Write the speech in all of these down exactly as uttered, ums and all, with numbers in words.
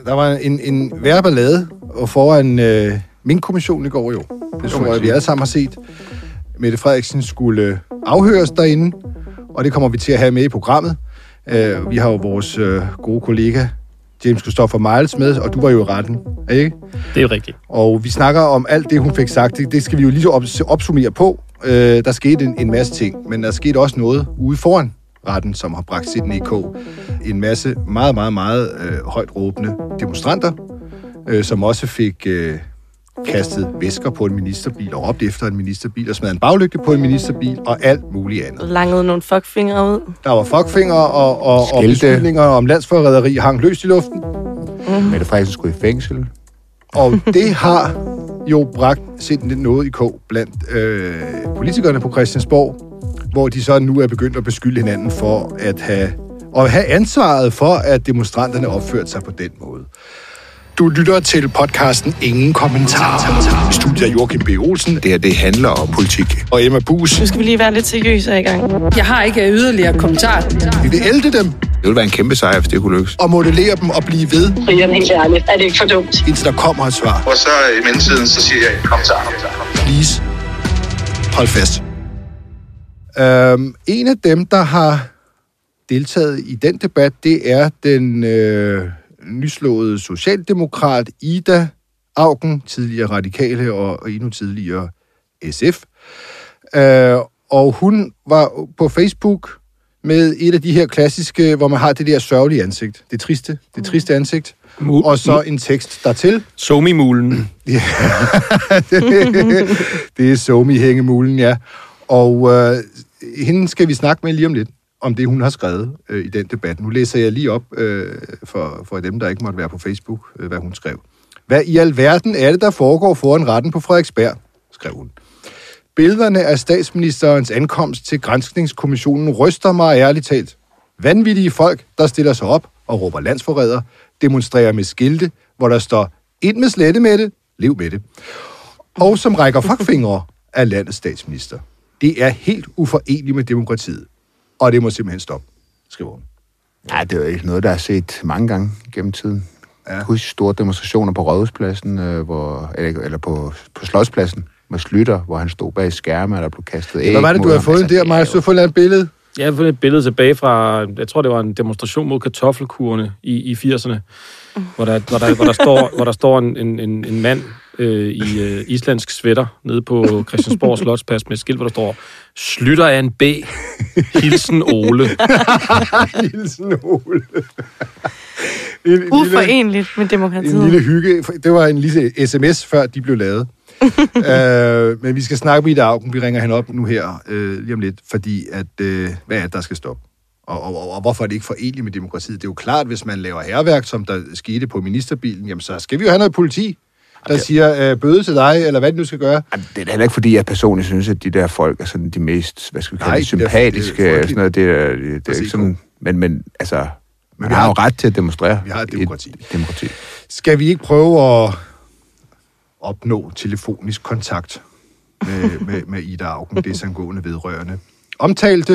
der var en, en værre ballade foran øh, Minkkommissionen i går jo. Det tror jeg, vi alle sammen har set. Mette Frederiksen skulle afhøres derinde, og det kommer vi til at have med i programmet. Uh, vi har jo vores uh, gode kollega James Christopher Miles med, og du var jo i retten, ikke? Det er jo rigtigt. Og vi snakker om alt det, hun fik sagt. Det, det skal vi jo lige op- opsummere på. Uh, der skete en, en masse ting, men der skete også noget ude foran retten, som har bragt sit E K. En masse meget, meget, meget uh, højt råbende demonstranter, uh, som også fik uh, kastet væsker på en ministerbil og råbte efter en ministerbil og smadret en baglygte på en ministerbil og alt muligt andet. Langede nogle fuckfingre ud. Der var fuckfingre og, og, og beskyldninger om landsforræderi hang løst i luften. Mm. Mette Frederiksen skulle i fængsel. Og det har jo bragt sindssygt noget i kog blandt øh, politikerne på Christiansborg, hvor de så nu er begyndt at beskylde hinanden for at have, at have ansvaret for, at demonstranterne opførte sig på den måde. Du lytter til podcasten Ingen Kommentarer. I studiet er Joachim B. Olsen. Det her, det handler om politik. Og Emma Buus. Nu skal vi lige være lidt seriøse i gang. Jeg har ikke yderligere kommentarer. Vi vil elde dem. Det ville være en kæmpe sejr, hvis det kunne lykkes. Og modellere dem og blive ved. Brian, helt ærligt. Er det ikke for dumt? Indtil der kommer et svar. Og så i mellemtiden, så siger jeg kommentar. Please. Hold fast. Øhm, en af dem, der har deltaget i den debat, det er den øh, nyslåede socialdemokrat Ida Auken, tidligere Radikale og, og endnu tidligere S F. Øh, og hun var på Facebook med et af de her klassiske, hvor man har det der sørgelige ansigt. Det triste, det triste ansigt. Mu- og så en tekst dertil. Somi-mulen. Ja, det, det er Somi-hængemulen, ja. Og øh, hende skal vi snakke med lige om lidt, om det, hun har skrevet øh, i den debat. Nu læser jeg lige op øh, for, for dem, der ikke måtte være på Facebook, øh, hvad hun skrev. Hvad i alverden er det, der foregår foran retten på Frederiksberg, skrev hun. Billederne af statsministerens ankomst til granskningskommissionen ryster mig ærligt talt. Vanvittige folk, der stiller sig op og råber landsforræder, demonstrerer med skilte, hvor der står, ind med slette med det, lev med det. Og som rækker fuckfingre af landets statsminister. Det er helt uforeneligt med demokratiet. Og det må simpelthen stoppe, skriver hun. Ja, det er jo ikke noget, der er set mange gange gennem tiden. Ja. Husk store demonstrationer på Rådhuspladsen, øh, hvor, eller, eller på, på Slotspladsen med Slytter, hvor han stod bag skærme, og der blev kastet æg. Hvad var det, du har fået der, Maja? Du har fået lavet et billede? Jeg har fået et billede tilbage fra, jeg tror, det var en demonstration mod kartoffelkurene i, i firserne, hvor der, hvor der, hvor der står, hvor der står en, en, en mand øh, i øh, islandsk sweater nede på Christiansborg Slotsplads med et skilt, hvor der står, Slytter er en B. Hilsen Ole. Hilsen Ole. en, Uforeneligt med demokratiet. En lille hygge. Det var en lille sms, før de blev lavet. øh, men vi skal snakke med Ida Auken. Vi ringer hende op nu her øh, lige om lidt, fordi at, øh, hvad er det, der skal stoppe? Og, og, og, og hvorfor er det ikke foreneligt med demokratiet? Det er jo klart, hvis man laver hærværk, som der skete på ministerbilen, jamen så skal vi jo have noget politi, der det... siger øh, bøde til dig, eller hvad det nu skal gøre. Jamen, det er da heller ikke, fordi jeg personligt synes, at de der folk er sådan de mest, hvad skal vi kalde Nej, det, sympatiske. Det er, sådan noget, det er, det er ikke sådan, men, men altså, man men har, har jo ret til at demonstrere. Vi har et demokrati. Et demokrati. Skal vi ikke prøve at opnå telefonisk kontakt med, med, med Ida Auken, det sangående vedrørende omtalte?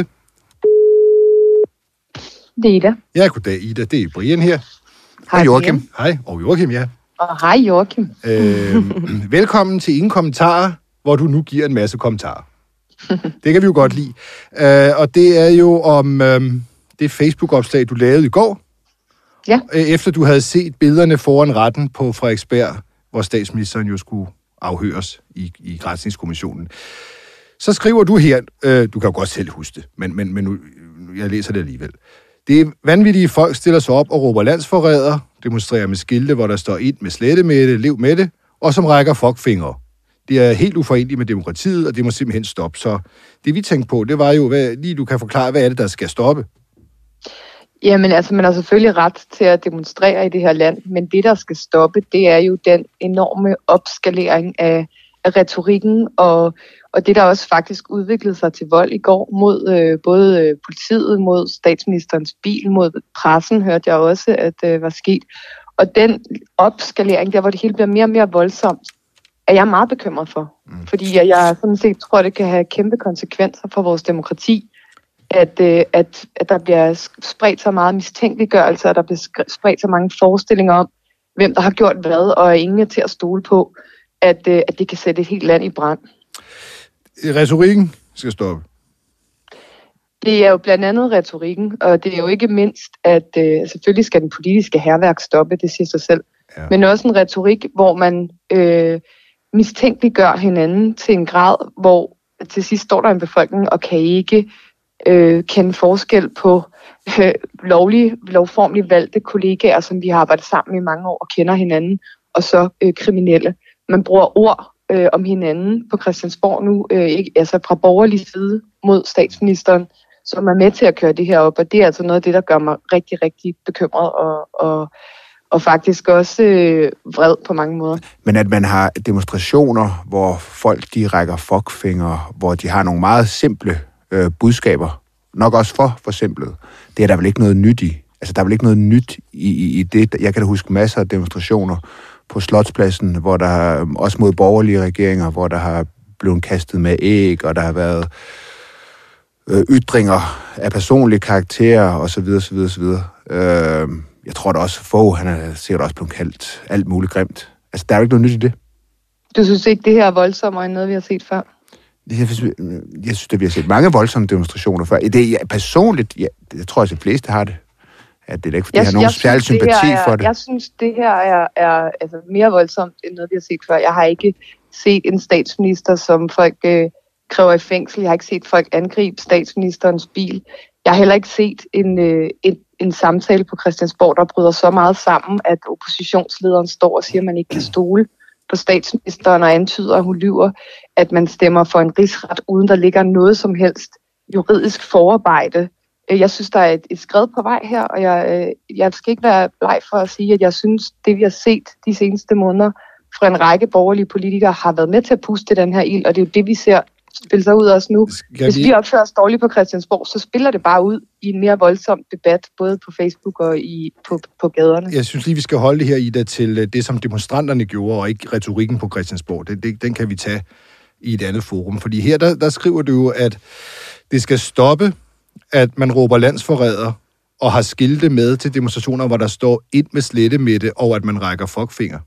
Det er Ida. Ja, goddag Ida, det er Brian her. Hej Joachim. Hej, og Joachim, ja. Og hej Joachim. Øh, velkommen til Ingen Kommentarer, hvor du nu giver en masse kommentarer. Det kan vi jo godt lide. Øh, og det er jo om øh, det Facebook-opslag, du lavede i går. Ja. Øh, efter du havde set billederne foran retten på Frederiksberg, hvor statsministeren jo skulle afhøres i, i granskningskommissionen. Så skriver du her, øh, du kan jo godt selv huske det, men, men, men nu, jeg læser det alligevel. Det er vanvittige folk stiller sig op og råber landsforræder, demonstrerer med skilte, hvor der står ind med slette med det, lev med det, og som rækker fuckfingre. Det er helt uforeneligt med demokratiet, og det må simpelthen stoppe. Så det vi tænkte på, det var jo, hvad, lige du kan forklare, hvad er det, der skal stoppe? Jamen altså, man har selvfølgelig ret til at demonstrere i det her land, men det, der skal stoppe, det er jo den enorme opskalering af, af retorikken, og, og det, der også faktisk udviklede sig til vold i går mod øh, både øh, politiet, mod statsministerens bil, mod pressen, hørte jeg også, at det øh, var sket. Og den opskalering, der hvor det hele bliver mere og mere voldsomt, er jeg meget bekymret for. Mm. Fordi jeg, jeg sådan set tror, det kan have kæmpe konsekvenser for vores demokrati, at, øh, at, at der bliver spredt så meget mistænkeliggørelse, og der bliver spredt så mange forestillinger om, hvem der har gjort hvad, og ingen er til at stole på, at, øh, at det kan sætte et helt land i brand. Retorikken skal stoppe. Det er jo blandt andet retorikken, og det er jo ikke mindst, at øh, selvfølgelig skal den politiske hærværk stoppe, det siger sig selv. Ja. Men også en retorik, hvor man øh, mistænkeliggør hinanden til en grad, hvor til sidst står der en befolkning og kan ikke øh, kende forskel på øh, lovlige, lovformlige valgte kollegaer, som vi har arbejdet sammen i mange år og kender hinanden, og så øh, kriminelle. Man bruger ord øh, om hinanden på Christiansborg nu, øh, ikke, altså fra borgerlig side mod statsministeren, som er med til at køre det her op, og det er altså noget af det, der gør mig rigtig, rigtig bekymret og, og, og faktisk også øh, vred på mange måder. Men at man har demonstrationer, hvor folk de rækker fuckfingre, hvor de har nogle meget simple øh, budskaber, nok også for forsimplet, det er der vel ikke noget nyt i. Altså, der er vel ikke noget nyt i, i, i det. Jeg kan da huske masser af demonstrationer på Slotspladsen, hvor der også mod borgerlige regeringer, hvor der har blevet kastet med æg, og der har været øh, ytringer af personlige karakterer, og så videre, så videre, så videre. Øh, jeg tror da også, Fogh, han er sikkert også blevet kaldt alt muligt grimt. Altså, der er jo ikke noget nyt i det. Du synes ikke, det her er voldsommere end noget, vi har set før? Jeg synes, jeg synes at vi har set mange voldsomme demonstrationer før. Det er personligt, ja, jeg tror, at de fleste har det. At det er ikke, fordi jeg, jeg har nogen særlig sympati er, for det. Jeg synes, det her er, er altså, mere voldsomt end noget, vi har set før. Jeg har ikke set en statsminister, som folk øh, kræver i fængsel. Jeg har ikke set folk angribe statsministerens bil. Jeg har heller ikke set en, øh, en, en samtale på Christiansborg, der bryder så meget sammen, at oppositionslederen står og siger, at man ikke kan stole på statsministeren og antyder, at hun lyver, at man stemmer for en rigsret, uden der ligger noget som helst juridisk forarbejde. Jeg synes, der er et, et skred på vej her, og jeg, jeg skal ikke være bleg for at sige, at jeg synes, det vi har set de seneste måneder fra en række borgerlige politikere har været med til at puste den her ild, og det er jo det, vi ser spille sig ud også nu. Skal Hvis vi opfører os dårligt på Christiansborg, så spiller det bare ud i en mere voldsom debat, både på Facebook og i, på, på gaderne. Jeg synes lige, vi skal holde det her, Ida, til det, som demonstranterne gjorde, og ikke retorikken på Christiansborg. Det, det, den kan vi tage i et andet forum. Fordi her, der, der skriver du jo, at det skal stoppe, at man råber landsforræder og har skilte med til demonstrationer, hvor der står ind med slettemætte, og at man rækker fuckfinger.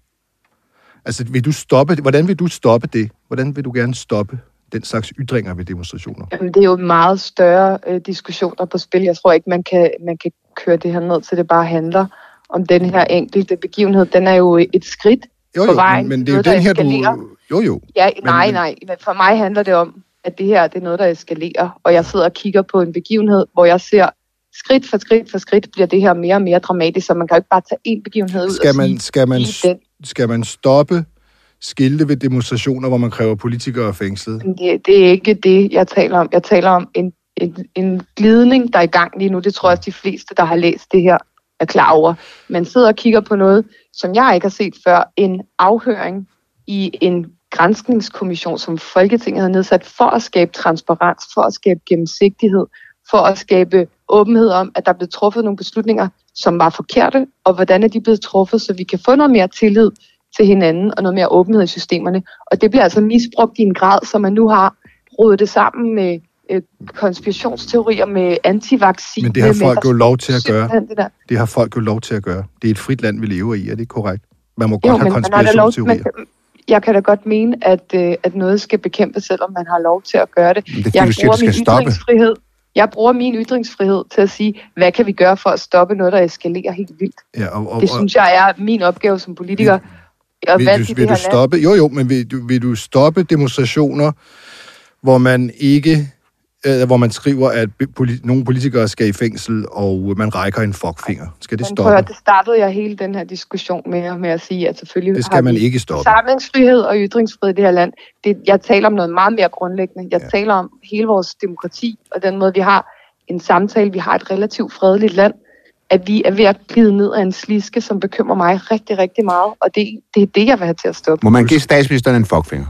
Altså, vil du stoppe, hvordan vil du stoppe det? Hvordan vil du gerne stoppe den slags ytringer ved demonstrationer? Jamen, det er jo meget større øh, diskussioner på spil. Jeg tror ikke, man kan, man kan køre det her ned til, det bare handler om den her enkelte begivenhed. Den er jo et skridt jo, jo, på vejen. Men, men det er jo den her, du... Jo, jo. Ja, nej, men, nej. Men for mig handler det om, at det her det er noget, der eskalerer. Og jeg sidder og kigger på en begivenhed, hvor jeg ser, skridt for skridt for skridt bliver det her mere og mere dramatisk, så man kan jo ikke bare tage én begivenhed ud skal og man, sige, skal man, skal man stoppe skilte ved demonstrationer, hvor man kræver politikere fængslet? Det, det er ikke det, jeg taler om. Jeg taler om en, en, en glidning, der er i gang lige nu. Det tror jeg også, de fleste, der har læst det her, er klar over. Man sidder og kigger på noget, som jeg ikke har set før. En afhøring i en granskningskommission, som Folketinget har nedsat for at skabe transparens, for at skabe gennemsigtighed, for at skabe åbenhed om, at der er blevet truffet nogle beslutninger, som var forkerte, og hvordan er de blevet truffet, så vi kan få noget mere tillid til hinanden og noget mere åbenhed i systemerne. Og det bliver altså misbrugt i en grad, så man nu har rodet det sammen med øh, konspirationsteorier, med antivaccin. Men det har folk jo lov til at gøre. Det, det har folk jo lov til at gøre. Det er et frit land, vi lever i, er det ikke korrekt? Man må godt jo, have konspirationsteorier. Jeg kan da godt mene, at, øh, at noget skal bekæmpes, selvom man har lov til at gøre det. det jeg, siger, bruger min ytringsfrihed, jeg bruger min ytringsfrihed til at sige, hvad kan vi gøre for at stoppe noget, der eskalerer helt vildt. Ja, og, og, det synes jeg er min opgave som politiker. Vil, vil, du, vil du stoppe? Jo, jo, men vil du, vil du stoppe demonstrationer, hvor man ikke, øh, hvor man skriver, at politi- nogle politikere skal i fængsel, og man rækker en fuckfinger? Skal det stoppe? Prøv, det startede jeg hele den her diskussion med, med at sige, at selvfølgelig det skal man ikke stoppe. Samlingsfrihed og ytringsfrihed i det her land. Det, jeg taler om noget meget mere grundlæggende. Jeg ja. taler om hele vores demokrati, og den måde, vi har en samtale. Vi har et relativt fredeligt land, at vi er ved at glide ned af en sliske, som bekymrer mig rigtig, rigtig meget, og det, det er det, jeg vil have til at stoppe. Må man give statsministeren en fuckfinger?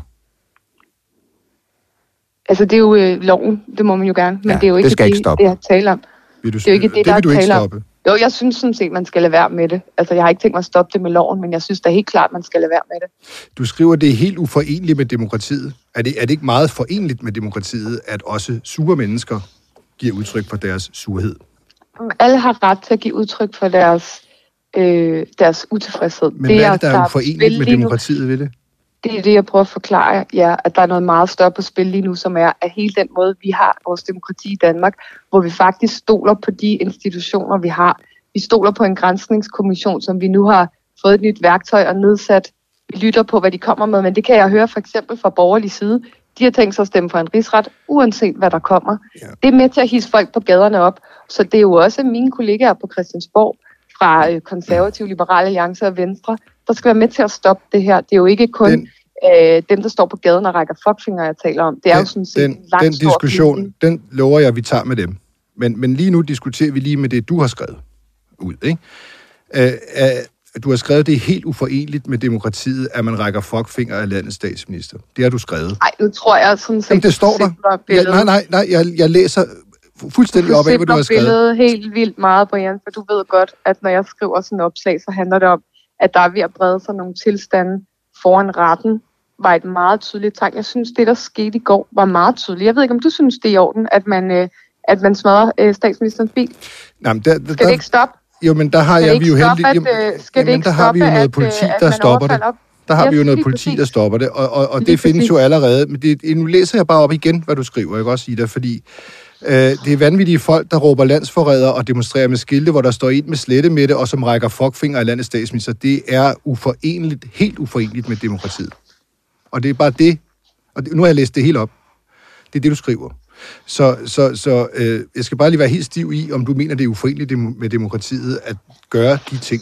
Altså, det er jo øh, loven, det må man jo gerne, men ja, det er jo ikke det, det, ikke det jeg taler om. Vil du, det er jo ikke det, det der vil du ikke taler stoppe? om. Jo, jeg synes sådan set, man skal lade være med det. Altså, jeg har ikke tænkt mig at stoppe det med loven, men jeg synes da helt klart, man skal lade være med det. Du skriver, at det er helt uforenligt med demokratiet. Er det, er det ikke meget forenligt med demokratiet, at også sure mennesker giver udtryk for deres surhed? Alle har ret til at give udtryk for deres øh, deres utilfredshed. Men det hvad er det, der er uforeneligt med demokratiet ved det? Det er det, jeg prøver at forklare, ja, at der er noget meget større på spil lige nu, som er, at hele den måde, vi har vores demokrati i Danmark, hvor vi faktisk stoler på de institutioner, vi har. Vi stoler på en granskningskommission, som vi nu har fået et nyt værktøj og nedsat. Vi lytter på, hvad de kommer med, men det kan jeg høre for eksempel fra borgerlig side. De har tænkt sig at stemme for en rigsret, uanset hvad der kommer. Ja. Det er med til at hisse folk på gaderne op. Så det er jo også mine kollegaer på Christiansborg, fra øh, Konservative, Liberale Alliance og Venstre, der skal være med til at stoppe det her. Det er jo ikke kun den, øh, dem, der står på gaden og rækker fuckfinger, jeg taler om. Det er den, jo sådan set den, en lang den stor diskussion, politik. Den lover jeg, vi tager med dem. Men, men lige nu diskuterer vi lige med det, du har skrevet ud, ikke? Øh, øh, du har skrevet, det er helt uforeneligt med demokratiet, at man rækker fuckfinger af landets statsminister. Det har du skrevet. Nej, nu tror jeg sådan set... Jamen, det står der. Ja, nej, nej, nej, jeg, jeg læser fuldstændig op af, hvad du har skrevet. Billedet helt vildt meget, Brian, for du ved godt, at når jeg skriver sådan en opslag, så handler det om, at der er ved at brede sig nogle tilstande foran retten, var et meget tydeligt tegn. Jeg synes, det, der skete i går, var meget tydeligt. Jeg ved ikke, om du synes, det er i orden, at man, øh, at man smadrer øh, statsministerens bil. Nej, men der, der, skal det ikke stoppe? Jo, men der har jeg vi jo heldigt... At, øh, skal det ikke der har vi jo noget at, politi, at, der at stopper det. Op? Der har ja, vi jo noget politi, der stopper det, og, og, og det findes præcis. Jo allerede. Men det, nu læser jeg bare op igen, hvad du skriver, jeg kan også sige det, fordi øh, det er vanvittige folk, der råber landsforrædere og demonstrerer med skilte, hvor der står en med slettemætte, og som rækker fuckfinger af landets statsminister. Det er uforeneligt, helt uforeneligt med demokratiet. Og det er bare det, og det, nu har jeg læst det helt op. Det er det, du skriver. Så, så, så øh, jeg skal bare lige være helt stiv i, om du mener, det er uforeneligt med demokratiet at gøre de ting.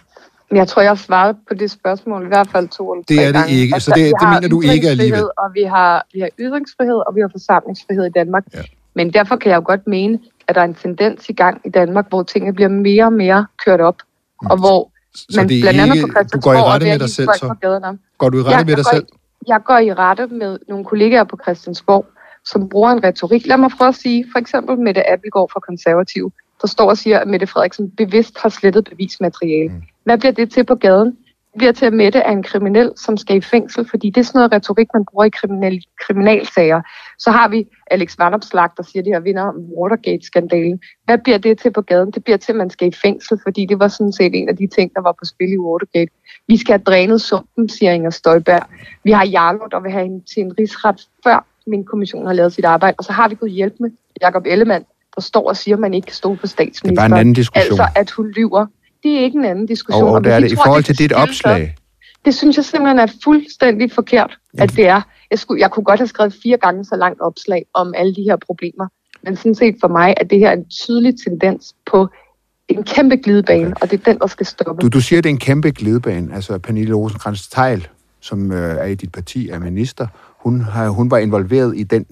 Jeg tror, jeg har svaret på det spørgsmål i hvert fald to eller tre gange. Det er det ikke, altså, så det, det mener du ikke alligevel. Og vi har, vi har ytringsfrihed, og vi har forsamlingsfrihed i Danmark. Ja. Men derfor kan jeg jo godt mene, at der er en tendens i gang i Danmark, hvor tingene bliver mere og mere kørt op. Mm. Og hvor så man blandt andet på Christiansborg... Du går i rette med dig selv, så? Går du i rette jeg, med dig selv? I, jeg går i rette med nogle kollegaer på Christiansborg, som bruger en retorik. Lad mig prøve at sige, for eksempel Mette Abildgaard fra Konservative, der står og siger, at Mette Frederiksen bevidst har slettet bevismateriale. Mm. Hvad bliver det til på gaden? Det bliver til, at Mette er en kriminel, som skal i fængsel, fordi det er sådan noget retorik, man bruger i kriminal, kriminalsager. Så har vi Alex Vanopslagh, der siger, at de her vinder om Watergate-skandalen. Hvad bliver det til på gaden? Det bliver til, at man skal i fængsel, fordi det var sådan set en af de ting, der var på spil i Watergate. Vi skal have drænet sumpen, siger Inger Støjberg. Vi har Jarlov, der vil have hende til en rigsret, før min kommission har lavet sit arbejde. Og så har vi gået hjælp med Jakob Ellemann, der står og siger, at man ikke kan stå på statsministeren. Det er bare en anden diskussion. Altså, at hun lyver. Det er ikke en anden diskussion. Og, og det er det. I forhold til dit opslag. Det synes jeg simpelthen er fuldstændig forkert, at det er. Jeg, skulle, jeg kunne godt have skrevet fire gange så langt opslag om alle de her problemer. Men sådan set for mig, at det her er en tydelig tendens på en kæmpe glidebane, okay. Og det er den, der skal stoppe. Du, du siger, at det er en kæmpe glidebane. Altså Pernille Rosenkrantz-Theil, som øh, er i dit parti, er minister, hun, har, hun var involveret i den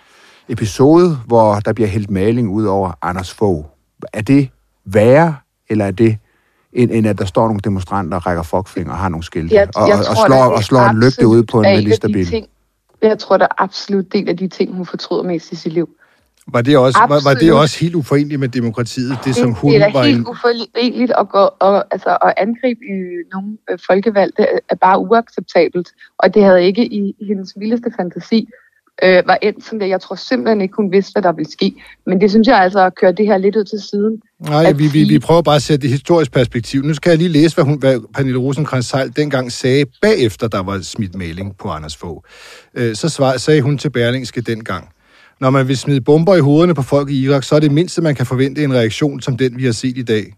episode, hvor der bliver hældt maling ud over Anders Fogh. Er det værre, eller er det end, end at der står nogle demonstranter og rækker fuckfinger og har nogle skilte, jeg, og, jeg og, tror, slår, og slår en lygte ud på en ministerbil? Jeg tror, der er absolut del af de ting, hun fortryder mest i sit liv. Var det også, var, var det også helt uforeneligt med demokratiet, det, det som hun var en... Det er helt uforeneligt at, gå, og, altså, at angribe i nogle folkevalgte er bare uacceptabelt, og det havde ikke i, i hendes vildeste fantasi øh, var endt som det. Jeg tror simpelthen ikke, hun vidste, hvad der ville ske. Men det synes jeg altså at køre det her lidt ud til siden. Nej, vi, vi, vi prøver bare at sætte det historisk perspektiv. Nu skal jeg lige læse, hvad, hun, hvad Pernille Rosenkrantz-Theil dengang sagde, bagefter der var smidt maling på Anders Fogh. Øh, så svar, sagde hun til Berlingske dengang: når man vil smide bomber i hovederne på folk i Irak, så er det mindste, man kan forvente en reaktion som den, vi har set i dag.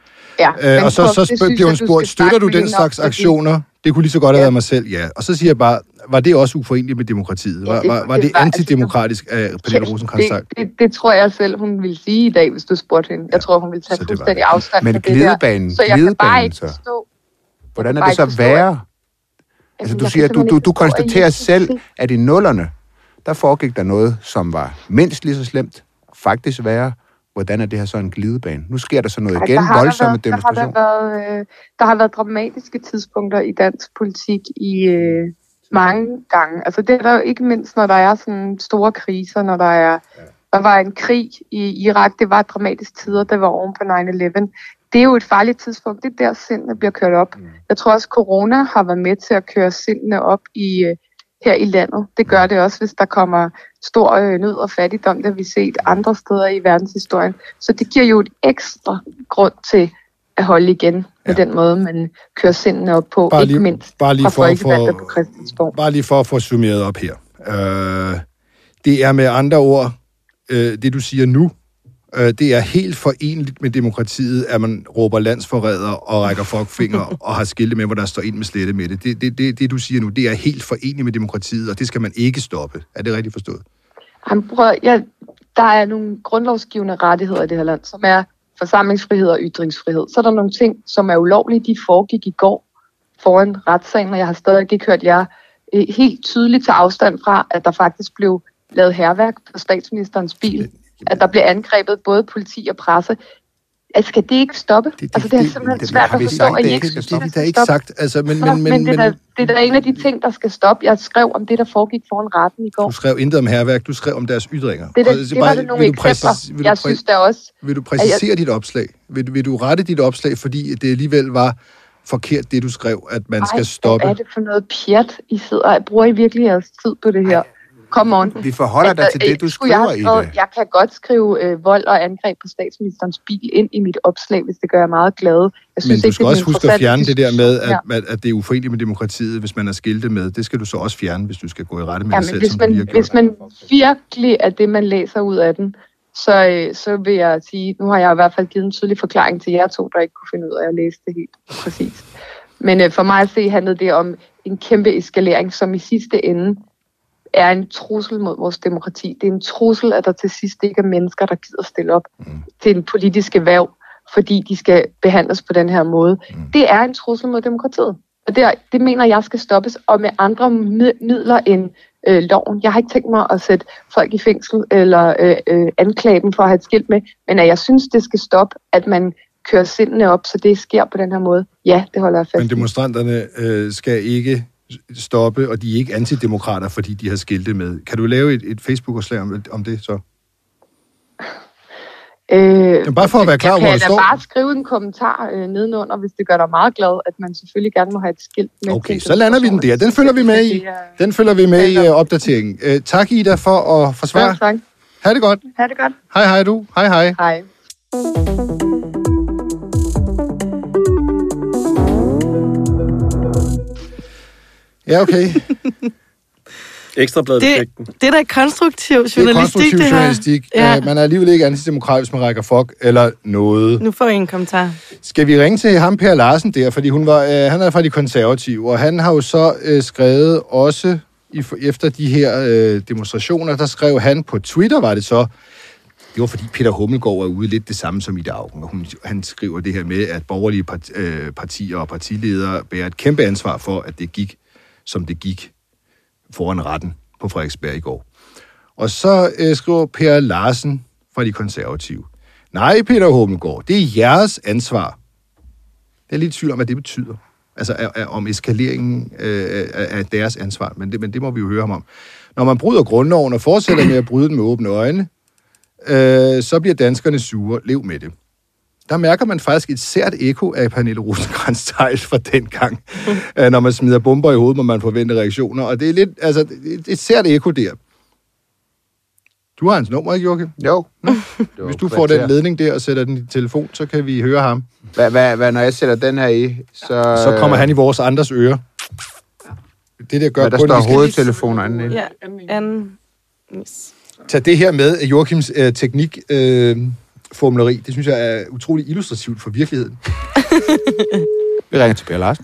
Ja, øh, og så, så sp- bliver hun spurgt, støtter du den slags op, aktioner? Fordi... Det kunne lige så godt have ja. været mig selv, ja. Og så siger jeg bare, var det også uforeneligt med demokratiet? Var, ja, det, var, var det, det var, antidemokratisk af altså, Pernille Rosenkrantz-Theil? Det, det, det tror jeg selv, hun ville sige i dag, hvis du spurgte hende. Jeg tror, hun ville tage fuldstændig afstand fra det der. Så jeg kan bare ikke forstå... Hvordan er det så værre? Altså, du siger, du, du, du konstaterer selv, at i nullerne, der foregik der noget, som var mindst lige så slemt, faktisk værre. Hvordan er det her så en glidebane? Nu sker der så noget igen, der voldsomme været, demonstrationer. Der har, været, øh, der har været dramatiske tidspunkter i dansk politik i øh, mange gange. Altså det er der jo ikke mindst, når der er sådan store kriser, når der er... Der var en krig i Irak, det var dramatiske tider, der var oven på nine eleven. Det er jo et farligt tidspunkt, det er der sindene bliver kørt op. Mm. Jeg tror også, corona har været med til at køre sindene op i... Øh, her i landet. Det gør det også, hvis der kommer stor øh, nød og fattigdom, det har vi set andre steder i verdenshistorien. Så det giver jo et ekstra grund til, at holde igen med Ja. den måde, man kører sindene op på, Bare ikke lige- mindst bare lige fra for at få- folkevalgte på Christiansborg. Bare lige for at få summeret op her. Øh, det er med andre ord, øh, det du siger nu, øh, det er helt forenligt med demokratiet, at man råber landsforræder og rækker fuckfinger og har skilte med, hvor der står ind med slette med det. Det, det, det. det, du siger nu, det er helt forenligt med demokratiet, og det skal man ikke stoppe. Er det rigtigt forstået? Han prøver, ja, der er nogle grundlovsgivende rettigheder i det her land, som er forsamlingsfrihed og ytringsfrihed. Så er der nogle ting, som er ulovlige, de foregik i går foran retssagen, og jeg har stadig ikke hørt jer øh, helt tydeligt tage afstand fra, at der faktisk blev lavet hærværk på statsministerens bil, at der blev angrebet både politi og presse. Altså, skal det ikke stoppe? Det- det- altså, det er det- simpelthen det- svært har at vi forstå, sagt, at I det ikke ikke skal synes, Det har det vi skal da ikke stoppe. sagt. Altså, men, Nå, men, men, men det, er da, men, det er da en af de ting, der skal stoppe. Jeg skrev om det, der foregik foran retten i går. du skrev intet om hærværk, du skrev om deres ytringer. Det, der, Og det var det nogle vil du eksempler. præcis- vil du Jeg præ- synes da også, Vil du præcisere dit opslag? Vil, du- vil du rette dit opslag, fordi det alligevel var forkert, det du skrev, at man skal stoppe? hvad er det for noget pjat, I sidder og bruger I virkelig jeres tid på det her? Come on. Vi forholder dig til det, du skulle jeg skriver have i skrevet, det. Jeg kan godt skrive øh, vold og angreb på statsministerens bil ind i mit opslag, hvis det gør jer meget glad. Jeg Men synes du ikke, skal det er også en huske at interessant fjerne det der med, diskussion at, at, at det er uforeneligt med demokratiet, hvis man er skiltet med. Det skal du så også fjerne, hvis du skal gå i rette med Ja, dig men selv, hvis som du lige man, har gjort. hvis man virkelig er det, man læser ud af den, så, øh, så vil jeg sige, nu har jeg i hvert fald givet en tydelig forklaring til jer to, der ikke kunne finde ud af at læse det helt præcist. Men øh, for mig at se handlede det om en kæmpe eskalering, som i sidste ende er en trussel mod vores demokrati. Det er en trussel, at der til sidst ikke er mennesker, der gider stille op mm. til en politisk erhverv, fordi de skal behandles på den her måde. Mm. Det er en trussel mod demokratiet. Og det, det mener jeg skal stoppes, og med andre midler end øh, loven. Jeg har ikke tænkt mig at sætte folk i fængsel eller øh, øh, anklage dem for at have et skilt med, men at jeg synes, det skal stoppe, at man kører sindene op, så det sker på den her måde. Ja, det holder jeg fast Men i. demonstranterne øh, skal ikke stoppe, og de er ikke antidemokrater, fordi de har skilte med. Kan du lave et, et Facebook-opslag om, om det så? Øh, Bare for at være klar over, hvor jeg det kan da står. bare skrive en kommentar øh, nedenunder, hvis det gør dig meget glad, at man selvfølgelig gerne må have et skilt med. Okay, til så lander vi den der. Den følger vi med i. Den følger vi med i uh, opdateringen. Uh, tak, Ida, for at forsvare. Ja, tak. Ha' det godt. Ha' det godt. Hej, hej du. Hej, hej. Hej. Ja, okay. Ekstrabladet-effekten. Det, det er da konstruktiv Det er journalistik, konstruktiv det her. journalistik. Ja. Uh, man er alligevel ikke antidemokrat, hvis man rækker fuck eller noget. Nu får I en kommentar. Skal vi ringe til ham, Per Larsen, der? Fordi hun var, øh, han er fra de konservative, og han har jo så øh, skrevet også, i, efter de her øh, demonstrationer, der skrev han på Twitter, var det så, det var fordi Peter Hummelgaard er ude lidt det samme som Ida Auken, og hun, han skriver det her med, at borgerlige part, øh, partier og partiledere bærer et kæmpe ansvar for, at det gik, som det gik foran retten på Frederiksberg i går. Og så øh, skriver Per Larsen fra de konservative, nej, Peter Hummelgaard, det er jeres ansvar. Jeg er lidt i tvivl om, hvad det betyder. Altså, er, er, om eskaleringen øh, er, er deres ansvar, men det, men det må vi jo høre ham om. Når man bryder grundloven og fortsætter med at bryde den med åbne øjne, øh, så bliver danskerne sure. Lev med det. Der mærker man faktisk et sært ekko af Pernille Rosenkrantz-Theil fra dengang. øh, når man smider bomber i hovedet, må man forvente reaktioner. Og det er lidt, altså, et, et sært ekko der. Du har hans nummer, ikke, Joachim? Jo. Hvis du får den ledning der og sætter den i telefon, så kan vi høre ham. Hvad, hvad, hvad, når jeg sætter den her i, så... Så kommer han i vores andres ører. Det der gør Hvad der kun, står vi skal hovedtelefoner inde i. Ja, anden. Yes. tage det her med Joachims øh, teknikformuleri. Øh, det synes jeg er utrolig illustrativt for virkeligheden. Vi ringer til Per Larsen.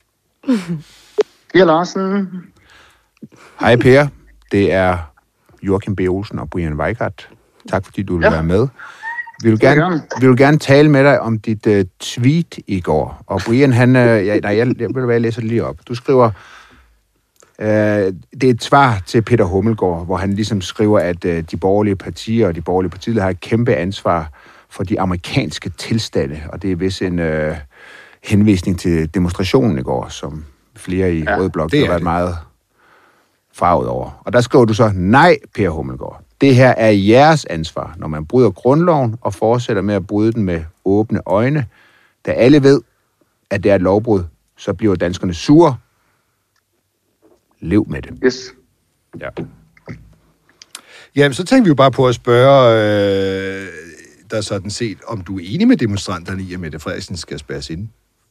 Per Larsen. Hej Per, det er Joachim B. Olsen og Brian Weigert. Tak fordi du vil Ja. være med. Vi vil gerne, vi vil gerne tale med dig om dit uh, tweet i går. Og Brian, han... Uh, ja, nej, jeg, jeg, jeg læser det lige op. Du skriver... Uh, det er et svar til Peter Hummelgaard, hvor han ligesom skriver, at uh, de borgerlige partier og de borgerlige partier har et kæmpe ansvar for de amerikanske tilstande. Og det er vist en uh, henvisning til demonstrationen i går, som flere i Ja, Rød Blok det har er været det. meget farvet over. Og der skriver du så, nej, Per Hummelgaard. Det her er jeres ansvar, når man bryder grundloven og fortsætter med at bryde den med åbne øjne. Da alle ved, at det er et lovbrud, så bliver danskerne sure. Lev med det. Yes. Ja. Jamen, så tænker vi jo bare på at spørge... Øh, der sådan set, om du er enig med demonstranterne i, at Mette Frederiksen skal spærres inde?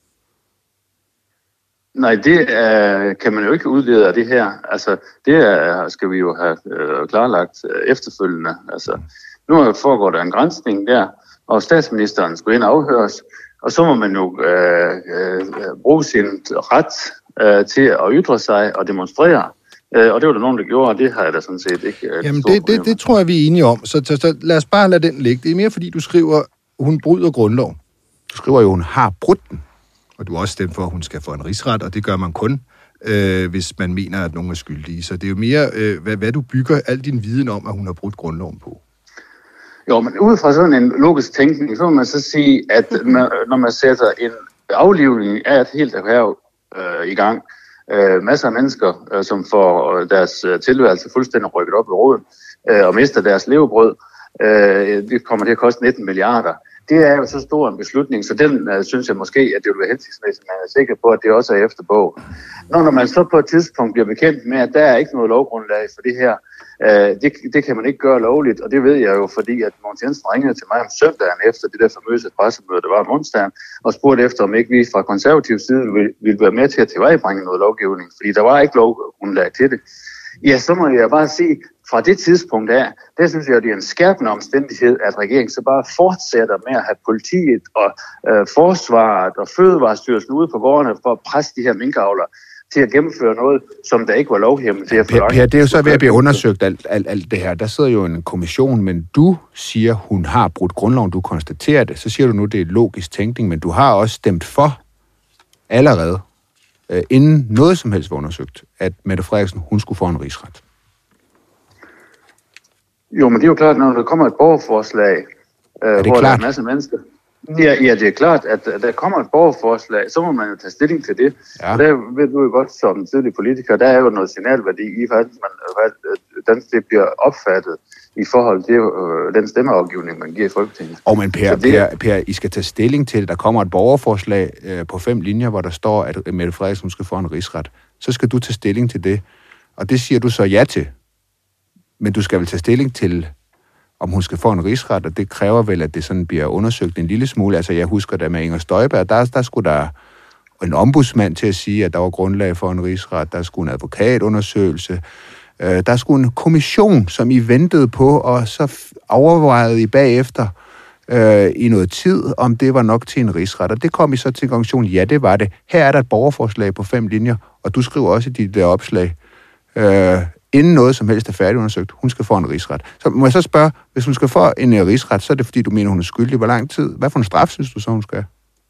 Nej, det er, kan man jo ikke udlede af det her. Altså, det er, skal vi jo have øh, klarlagt øh, efterfølgende. Altså, nu foregår der en granskning der, og statsministeren skulle ind og afhøres, og så må man jo øh, øh, bruge sin ret øh, til at ytre sig og demonstrere. Øh, og det var der nogen, der gjorde, og det har jeg da sådan set ikke... Øh, Jamen, det, det, det tror jeg, vi er enige om. Så, så, så lad os bare lade den ligge. Det er mere, fordi du skriver, hun bryder grundloven. Du skriver jo, hun har brudt den. Og du har også stemt for, at hun skal få en rigsret, og det gør man kun, øh, hvis man mener, at nogen er skyldige. Så det er jo mere, øh, hvad, hvad du bygger al din viden om, at hun har brudt grundloven på. Jo, men ud fra sådan en logisk tænkning, så må man så sige, at man, når man sætter en aflivning af et helt erhverv øh, i gang, øh, masser af mennesker, øh, som får deres øh, tilværelse fuldstændig rykket op i roden, øh, og mister deres levebrød, øh, det kommer til at koste nitten milliarder. Det er jo så stor en beslutning, så den uh, synes jeg måske, at det vil være hensigtsmæssigt, man er sikker på, at det også er efter bog. Når, når man så på et tidspunkt bliver bekendt med, at der er ikke noget lovgrundlag for det her, uh, det, det kan man ikke gøre lovligt, og det ved jeg jo, fordi at Mogens Jensen ringede til mig om søndagen efter det der famøse pressemøde, der var om onsdagen, og spurgte efter, om ikke vi fra konservativ side ville, ville være med til at tilvejebringe noget lovgivning, fordi der var ikke lovgrundlag til det. Ja, så må jeg bare sige, fra det tidspunkt af, der synes jeg, at det er en skærpende omstændighed, at regeringen så bare fortsætter med at have politiet og øh, forsvaret og fødevarestyrelsen ude på gårdene for at presse de her minkavlere til at gennemføre noget, som der ikke var lovhjemmel til at forlange. Per, per, det er jo så ved at blive undersøgt alt, alt, alt det her. Der sidder jo en kommission, men du siger, hun har brudt grundloven, du konstaterer det. Så siger du nu, det er logisk tænkning, men du har også stemt for allerede, øh, inden noget som helst var undersøgt, at Mette Frederiksen, hun skulle få en rigsret. Jo, men det er jo klart, når der kommer et borgerforslag, øh, hvor klart? Der er en masse mennesker. Ja, ja, det er klart, at der kommer et borgerforslag, så må man jo tage stilling til det. Ja. Og der ved du jo godt som tidlig politiker, der er jo noget signalværdi i, hvordan man, det bliver opfattet i forhold til øh, den stemmeafgivning, man giver i Folketinget. Og men Per, det, per, per, I skal tage stilling til det. Der kommer et borgerforslag øh, på fem linjer, hvor der står, at Mette Frederiksen skal få en rigsret. Så skal du tage stilling til det. Og det siger du så ja til. Men du skal vel tage stilling til, om hun skal få en rigsret, og det kræver vel, at det sådan bliver undersøgt en lille smule. Altså, jeg husker da med Inger Støjberg, der, der skulle der en ombudsmand til at sige, at der var grundlag for en rigsret, der skulle en advokatundersøgelse, øh, der skulle en kommission, som I ventede på, og så overvejede I bagefter øh, i noget tid, om det var nok til en rigsret. Og det kom I så til konklusionen, ja, det var det. Her er der et borgerforslag på fem linjer, og du skriver også i dit der opslag, øh, inden noget som helst er færdigundersøgt, hun skal få en rigsret. Så må jeg så spørge, hvis hun skal få en uh, rigsret, så er det fordi, du mener, hun er skyldig. Hvor lang tid? Hvad for en straf, synes du så, hun skal?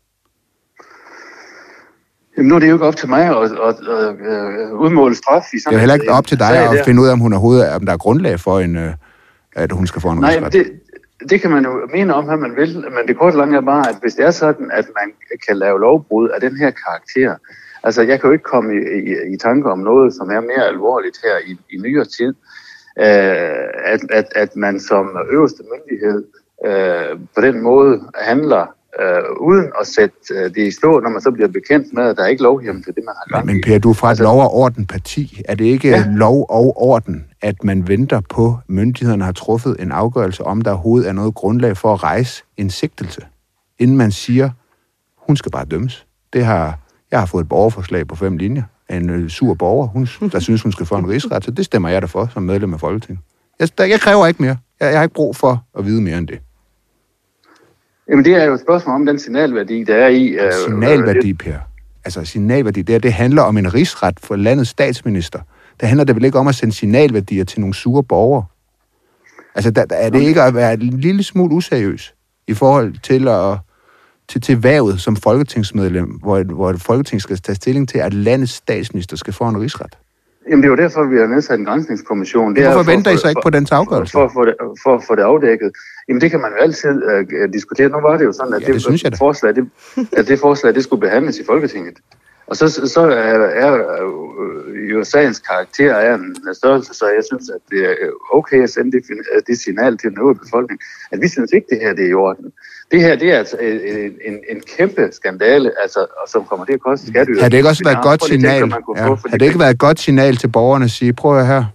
Jamen, nu er det jo ikke op til mig at, at, at, at udmåle straf. I sådan det er heller ikke op til dig at der. finde ud af, om hun overhovedet om der er grundlag for, en, uh, at hun skal få en Nej, rigsret. Det, det kan man jo mene om, hvad man vil, men det korte lange er bare, at hvis det er sådan, at man kan lave lovbrud af den her karakter. Altså, jeg kan jo ikke komme i, i, i tanke om noget, som er mere alvorligt her i, i nyere tid, øh, at, at, at man som øverste myndighed øh, på den måde handler øh, uden at sætte øh, det i stå, når man så bliver bekendt med, at der er ikke lovhjemmel til det, man har gang i. Men Per, du er fra et altså, lov- og orden-parti. Er det ikke ja. lov og orden, at man venter på, myndighederne har truffet en afgørelse, om der overhovedet er noget grundlag for at rejse en sigtelse, inden man siger, hun skal bare dømmes? Det har... Jeg har fået et borgerforslag på fem linjer af en øh, sur borger, hun, der synes, hun skal få en rigsret, så det stemmer jeg derfor som medlem af Folketinget. Jeg, der, jeg kræver ikke mere. Jeg, jeg har ikke brug for at vide mere end det. Jamen, det er jo et spørgsmål om den signalværdi, der er i... Øh, signalværdi, Per. Altså, signalværdi, det, er, det handler om en rigsret for landets statsminister. Der handler det vel ikke om at sende signalværdier til nogle sure borgere. Altså, der, der er det ikke at være en lille smule useriøs i forhold til at... til, til vævet som folketingsmedlem, hvor, hvor et folketing skal tage stilling til, at landets statsminister skal få en rigsret? Jamen, det er jo derfor, vi har nedsat en granskningskommission. Det Hvorfor for, venter I så ikke på dens afgørelse? For, for, for, for at få det afdækket. Jamen, det kan man jo altid uh, diskutere. Nu var det jo sådan, at ja, det, det, synes jeg forslag, det, at det forslag, det skulle behandles i Folketinget. Og så, så er, er jo sagens karakter af en størrelse, så jeg synes, at det er okay at sende det, det signal til den øvrige befolkning, at vi synes ikke, det her det er i orden. Det her, det er altså en, en, en kæmpe skandale, altså, som kommer til at koste skatteyderne. Har det ikke også været et godt signal? Ja. Har det ikke været et godt signal til borgerne at sige, prøv at her,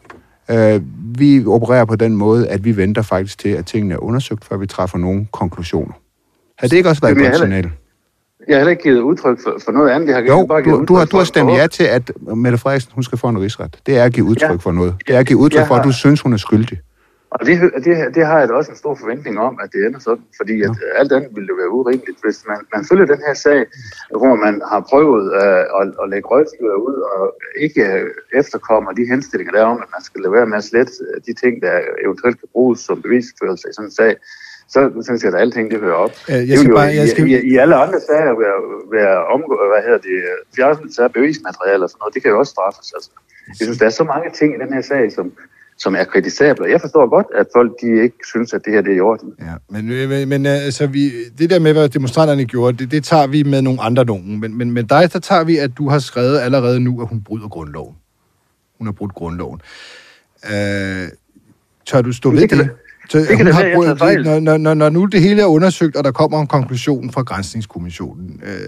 Øh, vi opererer på den måde, at vi venter faktisk til, at tingene er undersøgt, før vi træffer nogle konklusioner. Har det ikke også været et godt signal? Jeg har heller ikke givet udtryk for, for noget andet. Jeg har jo, bare du, du, har, du har stemt ja til, at Mette Frederiksen hun skal få en rigsret. Det er at give udtryk ja. for noget. Det er at give udtryk for, at du synes, hun er skyldig. Og det, det, det har jeg da også en stor forventning om, at det ender sådan, fordi at ja. alt andet ville jo være urimeligt. Hvis man, man følger den her sag, hvor man har prøvet øh, at, at lægge røgslør ud og ikke efterkommer de henstillinger der om, at man skal lade være med at slette de ting, der eventuelt kan bruges som bevisførelse i sådan en sag, så synes jeg, at alting det hører op. Øh, jeg skal bare, jeg skal... I, i, I alle andre sager være, være omgået, hvad hedder det, fjernelse af bevismateriale og sådan noget, det kan jo også straffes. Altså. Jeg synes, der er så mange ting i den her sag, som som er kritisable. Jeg forstår godt, at folk de ikke synes, at det her det er i orden. Ja, men, men altså, vi, det der med, hvad demonstranterne gjorde, det, det tager vi med nogle andre nogen. Men, men med dig, der tager vi, at du har skrevet allerede nu, at hun bryder grundloven. Hun har brudt grundloven. Øh, tør du stå ved det? det? Så, det kan det være, jeg tager når, når, når, når nu det hele er undersøgt, og der kommer en konklusion fra Granskningskommissionen, øh,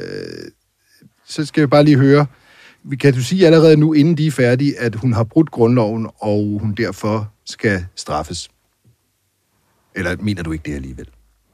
så skal jeg bare lige høre, kan du sige allerede nu, inden de er færdige, at hun har brudt grundloven, og hun derfor skal straffes? Eller mener du ikke det alligevel?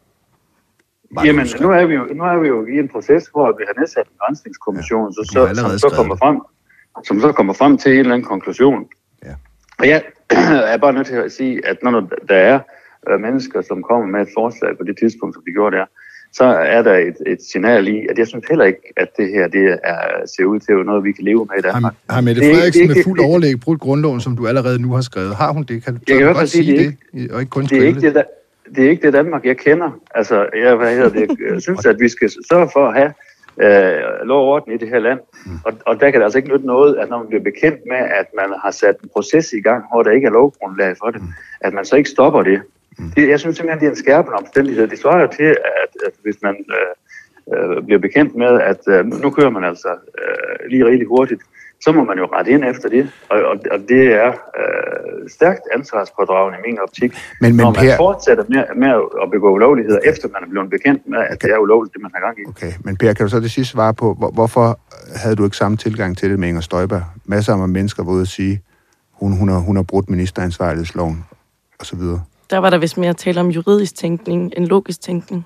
Bare Jamen, nu er, vi jo, nu er vi jo i en proces, hvor vi har nedsat en granskningskommission, ja, så, så, som, så kommer frem, som så kommer frem til en eller anden konklusion. Ja. Og jeg er bare nødt til at sige, at når der er øh, mennesker, som kommer med et forslag på det tidspunkt, som de gjorde der, så er der et, et signal i, at jeg synes heller ikke, at det her det er, ser ud til noget, vi kan leve med i Danmark. Har, har Mette Frederiksen med fuld overlæg brudt grundloven, som du allerede nu har skrevet? Har hun det? Kan du, jeg kan godt sige det, det, og ikke kun det, er ikke det, der, det er ikke det Danmark, jeg kender. Altså, jeg, hvad hedder det, jeg synes, at vi skal sørge for at have øh, lov og orden i det her land. Mm. Og, og der kan det altså ikke nytte noget, at når man bliver bekendt med, at man har sat en proces i gang, hvor der ikke er lovgrundlag for det, mm. at man så ikke stopper det. Det, jeg synes simpelthen, det er en skærpende omstændighed. Det svarer jo til, at, at hvis man øh, øh, bliver bekendt med, at øh, nu kører man altså øh, lige rigtig hurtigt, så må man jo rette ind efter det. Og, og, og det er øh, stærkt ansvarspådragende i min optik, men, men når man Per... fortsætter med, med at begå ulovligheder, okay. efter man er blevet bekendt med, at okay. det er ulovligt, det man har gang i. Okay, men Per, kan du så det sidste svare på, hvor, hvorfor havde du ikke samme tilgang til det med Inger Støjberg? Masser af mennesker var ude at sige, hun, hun, har, hun har brudt ministeransvarlighedsloven, og så videre. Der var der vist mere at tale om juridisk tænkning end logisk tænkning.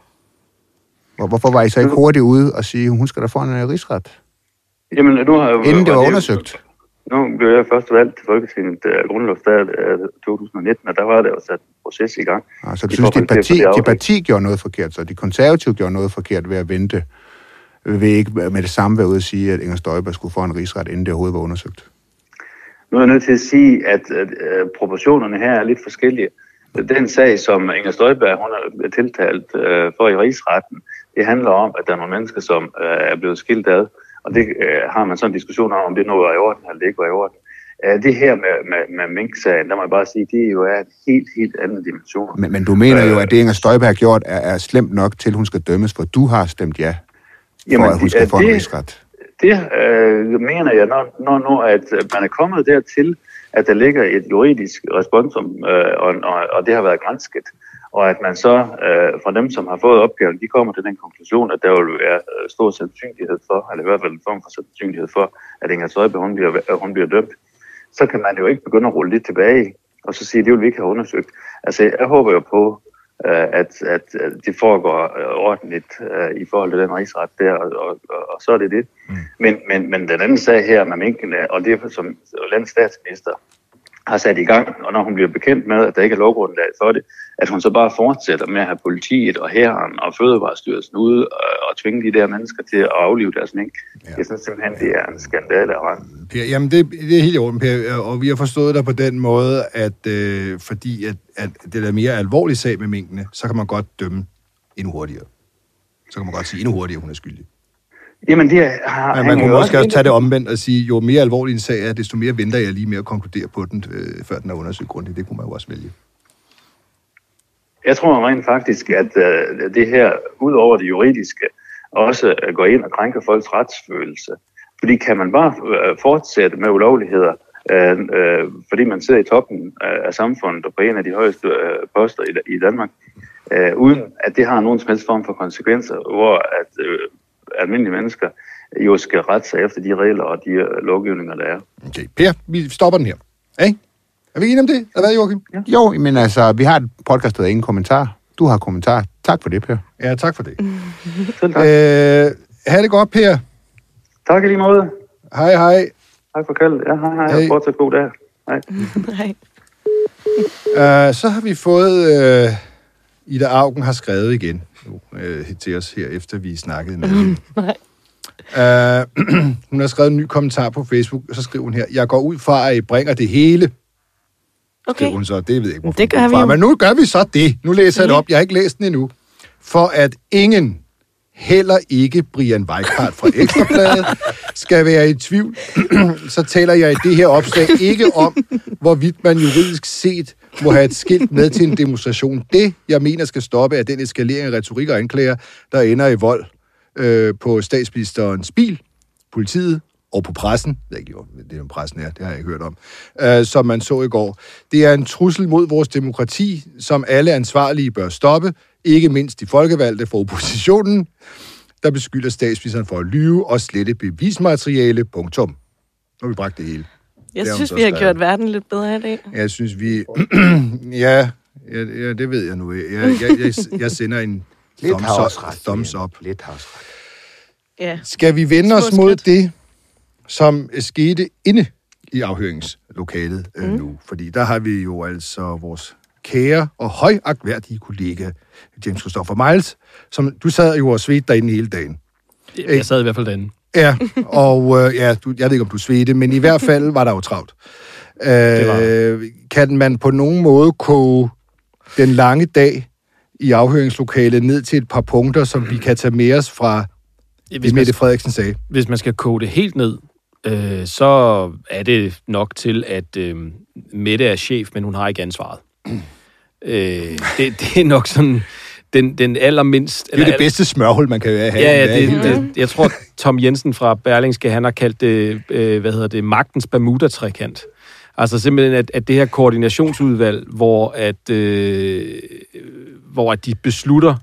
Hvorfor var I så ikke hurtigt ude og sige, hun skal da få en rigsret? Jamen, nu har jeg, inden det var undersøgt? Nu blev jeg først valgt til Folketinget uh, grundlovsdag to tusind nitten, og der var der jo sat en proces i gang. Ah, så du synes, dit parti, dit parti gjorde noget forkert, så de konservative gjorde noget forkert ved at vente, ved ikke med det samme være ude at sige, at Inger Støjberg skulle få en rigsret, inden det overhovedet var undersøgt? Nu er jeg nødt til at sige, at uh, proportionerne her er lidt forskellige. Den sag, som Inger Støjberg hun er tiltalt øh, for i rigsretten, det handler om, at der er nogle mennesker, som øh, er blevet skilt ad. Og det øh, har man sådan en diskussion om, om det nu er i orden, eller det ikke var i orden. Øh, det her med, med, med Mink-sagen, der må jeg bare sige, det jo er en helt, helt anden dimension. Men, men du mener jo, at det Inger Støjberg har gjort, er, er slemt nok til, hun skal dømmes, for du har stemt ja, for Jamen, at hun skal det, få en rigsret. Det øh, mener jeg, når, når, når at man er kommet dertil, at der ligger et juridisk responsum, øh, og, og, og det har været gransket, og at man så øh, fra dem, som har fået opgaven, de kommer til den konklusion, at der vil være stor sandsynlighed for, eller i hvert fald en form for sandsynlighed for, at Inger Støjberg hun bliver, hun bliver dømt, så kan man jo ikke begynde at rulle lidt tilbage, og så sige, det vil vi ikke have undersøgt. Altså, jeg håber jo på, at, at, at det foregår ordentligt uh, i forhold til den rigsret der, og, og, og så er det det. Mm. Men, men, men den anden sag her med minkene, og det som landets statsminister har sat i gang, og når hun bliver bekendt med, at der ikke er lovgrundlag for det, at hun så bare fortsætter med at have politiet og hæren og Fødevarestyrelsen ude og, og tvinge de der mennesker til at aflive deres mink. Ja. Jeg synes simpelthen, det er en skandale af rang. Per, jamen, det, det er helt i orden, Per, og vi har forstået dig på den måde, at øh, fordi at, at det er mere alvorlig sag med minkene, så kan man godt dømme endnu hurtigere. Så kan man godt sige endnu hurtigere, hun er skyldig. Jamen, det har... Men man kunne måske også tage det omvendt og sige, jo mere alvorlig en sag er, desto mere venter jeg lige med at konkludere på den, øh, før den er undersøgt grundigt. Det kunne man jo også vælge. Jeg tror rent faktisk, at øh, det her, ud over det juridiske, også øh, går ind og krænker folks retsfølelse. Fordi kan man bare øh, fortsætte med ulovligheder, øh, øh, fordi man sidder i toppen øh, af samfundet og på en af de højeste øh, poster i, i Danmark, øh, uden at det har nogen som helst form for konsekvenser, hvor at... Øh, almindelige mennesker jo skal rette sig efter de regler og de lovgivninger, der er. Okay, Per, vi stopper den her. Hey? Er vi enige om det? Eller hvad, Joachim? Ja. Jo, men altså, vi har et podcast, der hedder Ingen Kommentar. Du har kommentar. Tak for det, Per. Ja, tak for det. Selv tak. Øh, ha' det godt, Per. Tak i lige måde. Hej, hej. Tak for kaldet. Ja, hej, hej. Hey. Fortsat god dag. Hej. Nej. Uh, så har vi fået... Uh, Ida Augen har skrevet igen nu, uh, til os her, efter vi snakkede med hende. Nej. Uh, hun har skrevet en ny kommentar på Facebook, og så skriver hun her, jeg går ud fra, at I bringer det hele. Okay. Hun så, det ved jeg ikke, hvorfor Det gør hun vi fra. jo. Men nu gør vi så det. Nu læser jeg det op. Jeg har ikke læst den endnu. For at ingen, heller ikke Brian Weikart fra Ekstrabladet, skal være i tvivl, så taler jeg i det her opslag ikke om, hvorvidt man juridisk set må have et skilt med til en demonstration. Det, jeg mener, skal stoppe, er den eskalering af retorik og anklager, der ender i vold øh, på statsministerens bil, politiet og på pressen. Jeg ved ikke, det er pressen er, det har jeg ikke hørt om. Øh, som man så i går. Det er en trussel mod vores demokrati, som alle ansvarlige bør stoppe, ikke mindst de folkevalgte for oppositionen, der beskylder statsministeren for at lyve og slette bevismateriale. Punktum. Nu har vi bragt det hele. Jeg Det har hun synes, så vi har skrevet. gjort verden lidt bedre i dag. Jeg synes, vi... ja, ja, ja, det ved jeg nu. Jeg, jeg, jeg, jeg sender en Lidt thumbs har up. også ret. Thumbs up. Lidt har også ret. Ja. Skal vi vende os Små mod skridt. det, som skete inde i afhøringslokalet mm. øh, nu? Fordi der har vi jo altså vores kære og højagtværdige kollega, James Christopher Miles, som du sad jo og svedte derinde hele dagen. Jeg sad i hvert fald derinde. Ja, og øh, ja, du, jeg ved ikke, om du svedte, men i hvert fald var der jo travlt. Øh, var. kan man på nogen måde koge den lange dag i afhøringslokalet ned til et par punkter, som vi kan tage med os fra Hvis det, man, Mette Frederiksen sagde? hvis man skal koge det helt ned, øh, så er det nok til, at øh, Mette er chef, men hun har ikke ansvaret. øh, det, det er nok sådan den, den allermindst... Det er det bedste smørhul, man kan have. Ja, ja, det, det, jeg tror, Tom Jensen fra Berlingske, han har kaldt det, øh, hvad hedder det, magtens Bermuda-trekant. Altså simpelthen, at, at det her koordinationsudvalg, hvor at, øh, hvor at de beslutter,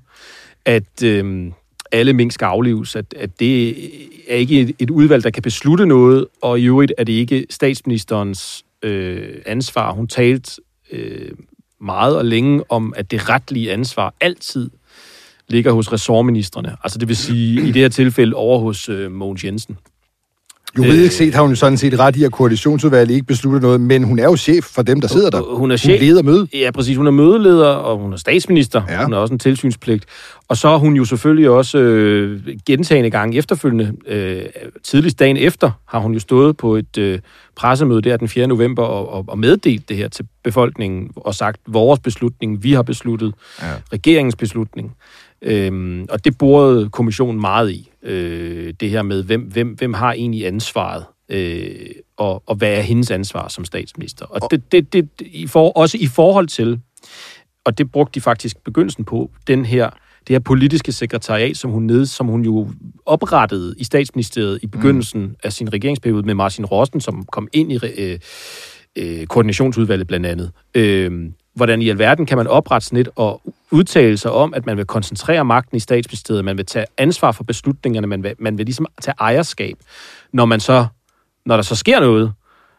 at øh, alle mink skal aflives, at, at det er ikke et, et udvalg, der kan beslutte noget, og i øvrigt er det ikke statsministerens øh, ansvar. Hun talte øh, meget og længe om, at det retlige ansvar altid ligger hos ressortministerne. Altså det vil sige, i det her tilfælde over hos øh, Mogens Jensen. Juridisk set har hun jo sådan set ret i, at koordinationsudvalget ikke beslutter noget, men hun er jo chef for dem, der sidder der. Hun er chef. Hun leder mødet. Ja, præcis. Hun er mødeleder, og hun er statsminister. Ja. Hun har også en tilsynspligt. Og så har hun jo selvfølgelig også øh, gentagende gange efterfølgende, øh, tidligst dagen efter, har hun jo stået på et øh, pressemøde der den fjerde november og, og, og meddelt det her til befolkningen og sagt, vores beslutning, vi har besluttet, ja. regeringens beslutning. Øhm, og det borede kommissionen meget i, øh, det her med, hvem, hvem, hvem har egentlig ansvaret, øh, og, og hvad er hendes ansvar som statsminister. Og det, det, det i for, også i forhold til, og det brugte de faktisk begyndelsen på, den her, det her politiske sekretariat, som hun, ned, som hun jo oprettede i statsministeriet i begyndelsen mm. af sin regeringsperiode med Martin Rosten, som kom ind i øh, øh, koordinationsudvalget blandt andet. Øh, Hvordan i alverden kan man oprette sådan et og udtale sig om, at man vil koncentrere magten i statsministeriet, man vil tage ansvar for beslutningerne, man vil, man vil ligesom tage ejerskab, når man så, når der så sker noget,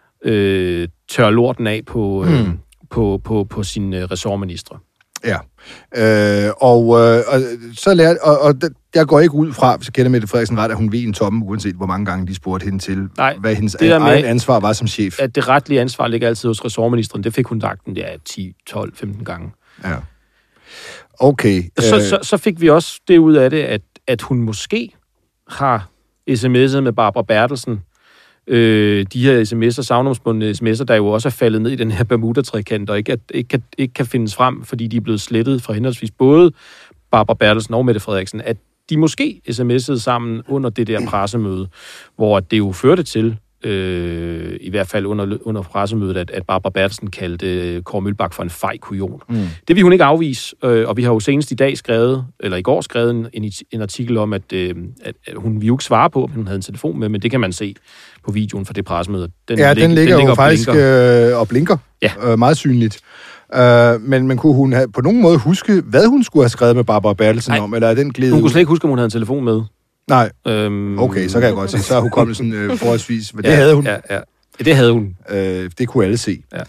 øh, tør lorten af på, øh, mm. på, på, på sine ressortministre. Ja, øh, og, øh, og så lærer, og, og jeg går ikke ud fra, så kender Mette Frederiksen ret, at hun ved en tomme, uanset hvor mange gange de spurgte hende til, Nej, hvad hendes egen ansvar var som chef. At det retlige ansvar ligger altid hos ressortministeren, det fik hun sagt den der ti, tolv, femten gange. Ja. Okay. Så, øh, så, så fik vi også det ud af det, at, at hun måske har sms'et med Barbara Bertelsen, Øh, de her sms'er, savnomsbundne sms'er, der jo også er faldet ned i den her Bermuda-trekant, og ikke, at, ikke, kan, ikke kan findes frem, fordi de er blevet slettet fra henholdsvis både Barbara Bertelsen og Mette Frederiksen, at de måske sms'ede sammen under det der pressemøde, hvor det jo førte til, øh, i hvert fald under, under pressemødet, at, at Barbara Bertelsen kaldte øh, Kåre Mølbak for en fej kujon. Mm. Det vil hun ikke afvise, øh, og vi har jo senest i dag skrevet, eller i går skrevet en, en, en artikel om, at, øh, at, at hun vil jo ikke svare på, at hun havde en telefon med, men det kan man se på videoen fra det pressemøde. Den ja, lig, den ligger, den ligger jo faktisk blinker. Øh, og blinker. Ja. Øh, meget synligt. Øh, men, men kunne hun have, på nogen måde huske, hvad hun skulle have skrevet med Barbara Bertelsen Nej. om, eller er den glæde? Hun kunne slet ikke huske, om hun havde en telefon med. Nej. Øhm, okay, så kan jeg godt se. Så er hukommelsen øh, forholdsvis. Men ja, det havde hun. Ja, ja. Det havde hun. Øh, det kunne alle se.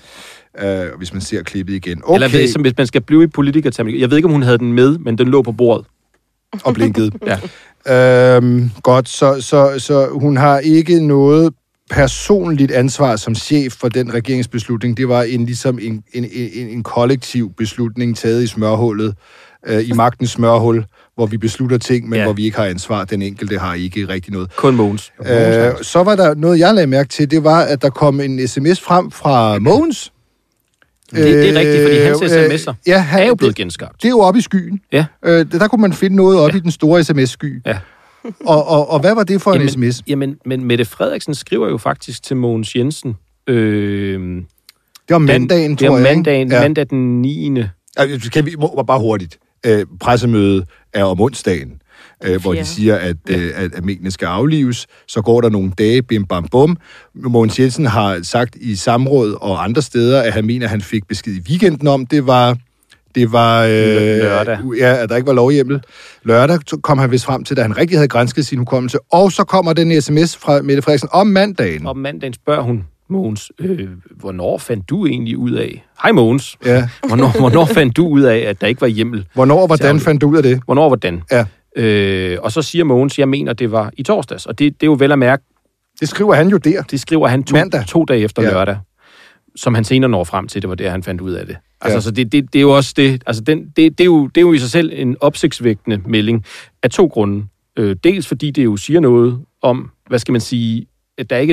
øh, hvis man ser klippet igen. Okay. Eller hvis, hvis man skal blive i politikerterminologi. Jeg ved ikke, om hun havde den med, men den lå på bordet. Og blinkede. Ja. Øhm, godt, så, så, så hun har ikke noget personligt ansvar som chef for den regeringsbeslutning. Det var en, ligesom en, en, en, en kollektiv beslutning taget i smørhullet, øh, i magtens smørhul, hvor vi beslutter ting, men ja. hvor vi ikke har ansvar. Den enkelte har ikke rigtig noget. Kun Mogens. Øh, så var der noget, jeg lagde mærke til, det var, at der kom en sms frem fra Mogens. Det, det er rigtigt, fordi hans sms'er øh, ja, han, er jo blevet genskabt. Det er jo oppe i skyen. Ja. Øh, der kunne man finde noget oppe ja. i den store sms-sky. Ja. Og, og, og hvad var det for jamen, en sms? Jamen, men Mette Frederiksen skriver jo faktisk til Mogens Jensen. Øh, det var mandagen, den, tror jeg. Det var mandagen, ja. mandag den niende Altså, kan vi må, bare hurtigt. Øh, pressemødet er om onsdagen, øh, hvor de siger, at, øh, at, at minkene skal aflives. Så går der nogle dage, bim bam bum. Mogens Jensen har sagt i samråd og andre steder, at han mener, at han fik besked i weekenden om, det var... Det var... Øh, lørdag. Ja, at der ikke var lovhjemmel. Lørdag kom han vist frem til, da han rigtig havde gransket sin hukommelse. Og så kommer den sms fra Mette Frederiksen om mandagen. Om mandagen spørger hun Mogens, øh, hvornår fandt du egentlig ud af... Hej Mogens. Ja. Hvornår, hvornår fandt du ud af, at der ikke var hjemmel? Hvornår og hvordan fandt du ud af det? Hvornår og hvordan? Ja. Øh, og så siger Mogens, jeg mener, det var i torsdags. Og det, det er jo vel at mærke... Det skriver han jo der. Det skriver han to, to dage efter ja. lørdag. Som han senere når frem til, det var det, han fandt ud af det. Altså, ja. så det, det, det er jo også det... Altså, den, det, det, er jo, det er jo i sig selv en opsigtsvækkende melding af to grunde. Øh, dels fordi det jo siger noget om, hvad skal man sige, at der ikke er...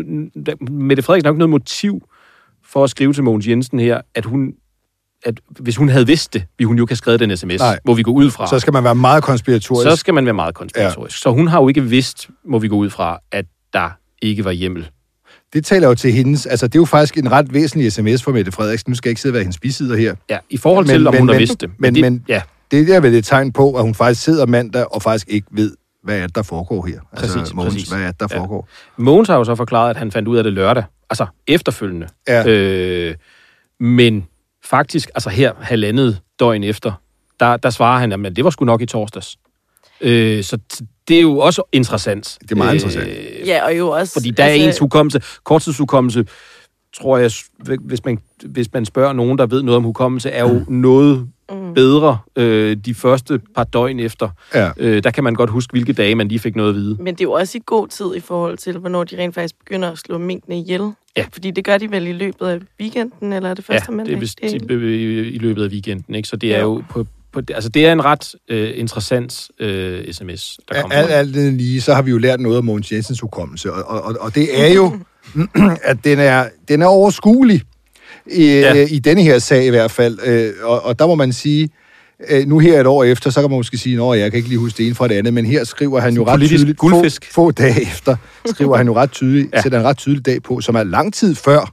Mette Frederiksen har ikke noget motiv for at skrive til Mogens Jensen her, at hun... at hvis hun havde vidst det, ville hun jo ikke have skrevet den sms, Nej. Må vi gå ud fra. Så skal man være meget konspiratorisk. Så skal man være meget konspiratorisk. Ja. Så hun har jo ikke vidst, må vi gå ud fra, at der ikke var hjemmel. Det taler jo til hendes... Altså, det er jo faktisk en ret væsentlig sms for Mette Frederiksen. Nu skal jeg ikke sidde og være hendes bisidder her. Ja, i forhold til, men, om men, hun har vidst det. Men, det, men ja. det er vel et tegn på, at hun faktisk sidder mandag og faktisk ikke ved, hvad er det, der foregår her. Altså, præcis, Mogens, præcis. hvad er det, der ja. foregår? Mogens har jo så forklaret, at han fandt ud af det lørdag. Altså, efterfølgende. Ja. Øh, men faktisk, altså her, halvandet døgn efter, der, der svarer han, at det var sgu nok i torsdags. Øh, så det er jo også interessant. Det er meget interessant. Øh, ja, og jo også... Fordi der altså, er ens hukommelse, korttidshukommelse, tror jeg, hvis man, hvis man spørger nogen, der ved noget om hukommelse, er jo noget mm. bedre øh, de første par døgn efter. Ja. Øh, der kan man godt huske, hvilke dage man lige fik noget at vide. Men det er jo også i god tid i forhold til, hvornår de rent faktisk begynder at slå minkene ihjel. Ja. Fordi det gør de vel i løbet af weekenden, eller er det første ja, mandag? Ja, det er vist i, i løbet af weekenden, ikke? Så det er jo, jo på... På, altså, det er en ret øh, interessant øh, sms, der kommer. Alt, alt det lige, så har vi jo lært noget om Mogens Jensens hukommelse, og, og, og det er jo, at den er, den er overskuelig, i, ja. i denne her sag i hvert fald. Øh, og, og der må man sige, øh, nu her et år efter, så kan man måske sige, at jeg kan ikke lige huske det ene fra det andet, men her skriver han jo ret tydeligt, få, få dage efter, skriver han jo ret tydeligt, ja. sætter en ret tydelig dag på, som er lang tid før,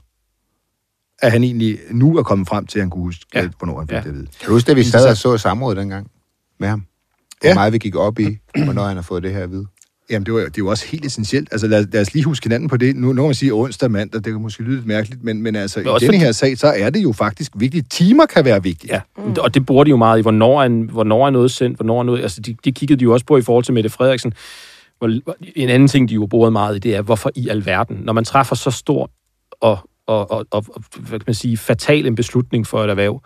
at han egentlig nu er kommet frem til, at han kunne huske, ja. hvornår han fik ja. det at vide. Kan du huske, at vi sad og så samrådet dengang med ham? Hvor ja. meget vi gik op i, hvornår han har fået det her at vide? Jamen, det, var, det er jo også helt essentielt. Altså, lad, lad os lige huske hinanden på det. Nu, nu kan man sige onsdag, mandag, det kan måske lyde lidt mærkeligt, men, men altså, men i denne her sag, så er det jo faktisk vigtigt. Timer kan være vigtige. Ja, mm. og det bruger de jo meget i, hvornår er, en, hvornår er noget sendt, hvornår er noget... Altså, de, de kiggede de jo også på i forhold til Mette Frederiksen. En anden ting, de jo bruger meget i, det er, hvorfor i alverden, når man træffer så stor og Og, og, og hvad kan man sige, fatal en beslutning for et erhverv,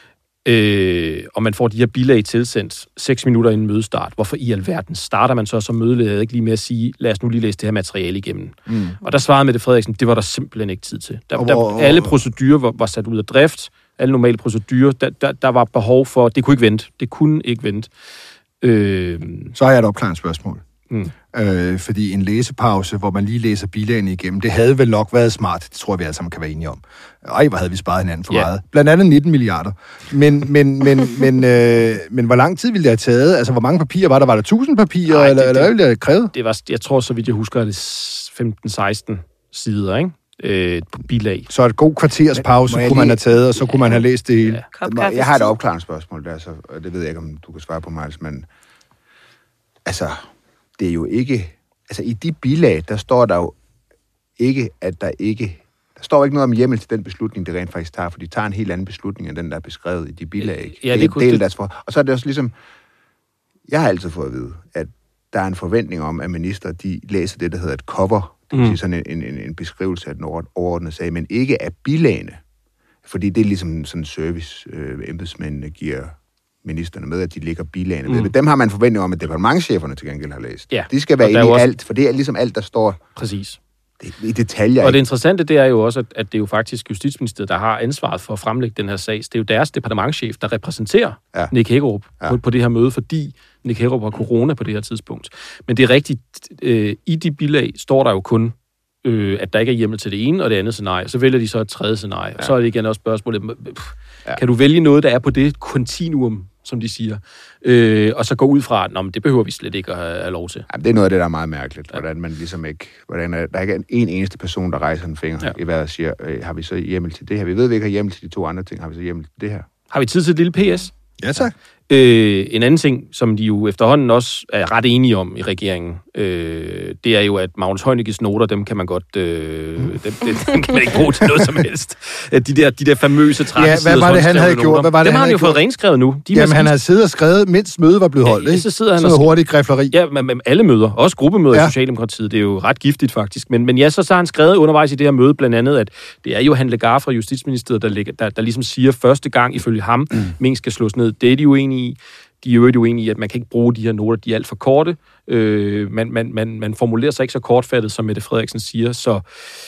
øh, og man får de her bilag tilsendt seks minutter inden mødestart. Hvorfor i alverden starter man så som mødeleder ikke lige med at sige, lad os nu lige læse det her materiale igennem? Mm. Og der svarede Mette Frederiksen, det var der simpelthen ikke tid til. Der, der, alle procedurer var, var sat ud af drift, alle normale procedurer, der, der, der var behov for, det kunne ikke vente. Det kunne ikke vente. Øh, så har jeg et opklarende spørgsmål. Mm. Øh, fordi en læsepause, hvor man lige læser bilagene igennem, det havde vel nok været smart. Det tror jeg, vi alle sammen kan være enige om. Ej, hvor havde vi sparet hinanden for yeah. meget. Blandt andet nitten milliarder. Men, men, men, men, øh, men hvor lang tid ville det have taget? Altså, hvor mange papirer var der? Var der tusind papirer, Ej, eller, det, eller hvad ville det have krævet? Det var, jeg tror, så vidt jeg husker, det femten seksten sider, ikke? Øh, på bilag. Så et god kvarters pause kunne lige... man have taget, og så kunne man have læst det hele. Ja. Jeg har et opklarende spørgsmål der, så det ved jeg ikke, om du kan svare på, Miles, men altså... Det er jo ikke... Altså, i de bilag, der står der jo ikke, at der ikke... Der står ikke noget om hjemmel til den beslutning, det rent faktisk tager, for de tager en helt anden beslutning, end den, der er beskrevet i de bilag. Ikke? Ja, det, det kunne... del, deres for... Og så er det også ligesom... Jeg har altid fået at vide, at der er en forventning om, at minister, de læser det, der hedder et cover, det vil sige sådan en, en, en beskrivelse af den overordnede sag, men ikke af bilagene. Fordi det er ligesom sådan en service, øh, embedsmændene giver ministerne med, at de ligger bilagene ved. Mm. Dem har man forventning om, at departementscheferne til gengæld har læst. Ja. De skal være inde i også... alt, for det er ligesom alt, der står Præcis. i detaljer. Og det interessante, det er jo også, at, at det er jo faktisk Justitsministeriet, der har ansvaret for at fremlægge den her sag. Det er jo deres departementschef, der repræsenterer ja. Nick Hækkerup ja. på, på det her møde, fordi Nick Hækkerup har corona på det her tidspunkt. Men det er rigtigt, øh, i de bilag står der jo kun, øh, at der ikke er hjemmel til det ene og det andet scenarie. Så vælger de så et tredje scenarie. Ja. Så er det igen også spørgsmålet, pff, ja. kan du vælge noget, der er på det kontinuum, som de siger, øh, og så gå ud fra, at det behøver vi slet ikke at have, have lov til. Jamen, det er noget af det, der er meget mærkeligt, ja. hvordan man ligesom ikke, hvordan er, der ikke er en eneste person, der rejser en finger ja. i hvad og siger, øh, har vi så hjemmel til det her? Vi ved, vi ikke har hjemmel til de to andre ting, har vi så hjemmel til det her? Har vi tid til et lille P S? Ja, tak. Øh, en anden ting, som de jo efterhånden også er ret enige om i regeringen, øh, det er jo, at Magnus Heunickes noter, dem kan man godt, øh, dem, dem, dem kan man ikke bruge til noget som helst. De der, de der famøse tretten ja, hvad var det, han havde noter, gjort? Hvad var det, dem har han, han jo gjort? fået renskrevet nu. De Jamen, han har siddet og skrevet, mens mødet var blevet holdt, ja, ikke? Så sidder han sådan noget hurtigt græfleri. Ja, men, men alle møder, også gruppemøder ja. i Socialdemokratiet, det er jo ret giftigt faktisk. Men, men ja, så, så har han skrevet undervejs i det her møde, blandt andet, at det er Johan Legarth fra Justitsministeriet, der, der, der, der ligesom siger første gang, ifølge ham, mm. mink skal slås ned. Det er de uenige i. De er jo ikke uenige i, at man kan ikke bruge de her noter, de er alt for korte. Øh, man, man, man, man formulerer sig ikke så kortfattet, som Mette Frederiksen siger, så...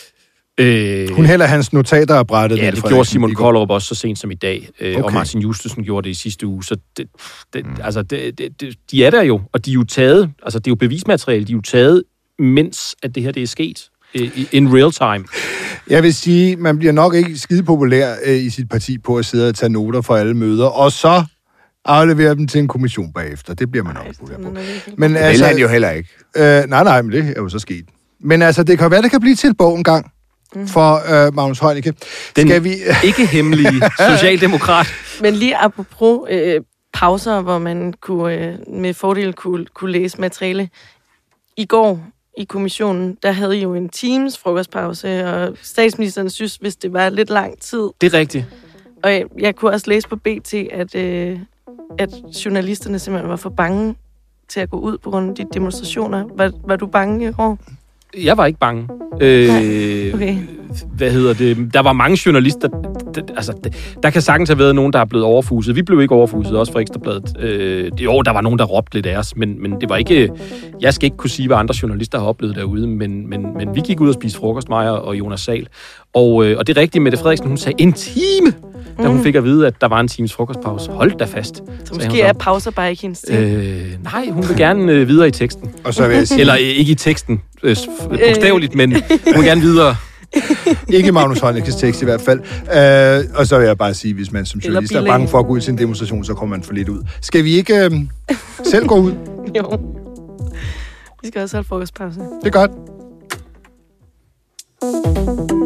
Øh, Hun hælder hans notater og brættet. Ja, det gjorde Simon Kollerup også så sent som i dag, øh, okay. og Martin Justesen gjorde det i sidste uge, så det, det, mm. altså, det, det, det, de er der jo, og de er jo taget, altså det er jo bevismateriale, de er jo taget, mens at det her det er sket. In real time. Jeg vil sige, man bliver nok ikke skide populær øh, i sit parti på at sidde og tage noter fra alle møder, og så aflevere dem til en kommission bagefter. Det bliver man nok populær på. Men det altså, vil han jo heller ikke. Øh, nej, nej, men det er jo så sket. Men altså, det kan være, det kan blive til et bog engang mm. for øh, Magnus Heunicke. Den Skal vi... ikke hemmelige socialdemokrat. Men lige apropos øh, pauser, hvor man kunne, øh, med fordel kunne, kunne læse materiale. I går i kommissionen, der havde I jo en Teams frokostpause, og statsministeren synes, hvis det var lidt lang tid. Det er rigtigt. Og jeg, jeg kunne også læse på B T, at, øh, at journalisterne simpelthen var for bange til at gå ud på grund af de demonstrationer. Var, var du bange i år? Jeg var ikke bange. Øh, okay. Hvad hedder det? Der var mange journalister. Der, altså, der kan sagtens have været nogen, der er blevet overfuset. Vi blev ikke overfuset, også for Ekstrabladet. Øh, jo, der var nogen, der råbte lidt af os, men, men det var ikke... Jeg skal ikke kunne sige, hvad andre journalister har oplevet derude, men, men, men vi gik ud og spiste frokost, mig og Jonas Sahl. Og, øh, og det er rigtigt, Mette Frederiksen, hun sagde en time, da hun fik at vide, at der var en times frokostpause. Hold da fast. Så måske er pauser bare ikke hendes ting. Øh, nej, hun vil gerne øh, videre i teksten. Og så vil jeg sige... Eller øh, ikke i teksten, øh, bogstaveligt, men hun vil gerne videre. Ikke Magnus Heunickes tekst i hvert fald. Øh, og så vil jeg bare sige, hvis man som journalist er bange for at gå ud til en demonstration, så kommer man for lidt ud. Skal vi ikke øh, selv gå ud? Jo. Vi skal også have frokostpause. Det er godt.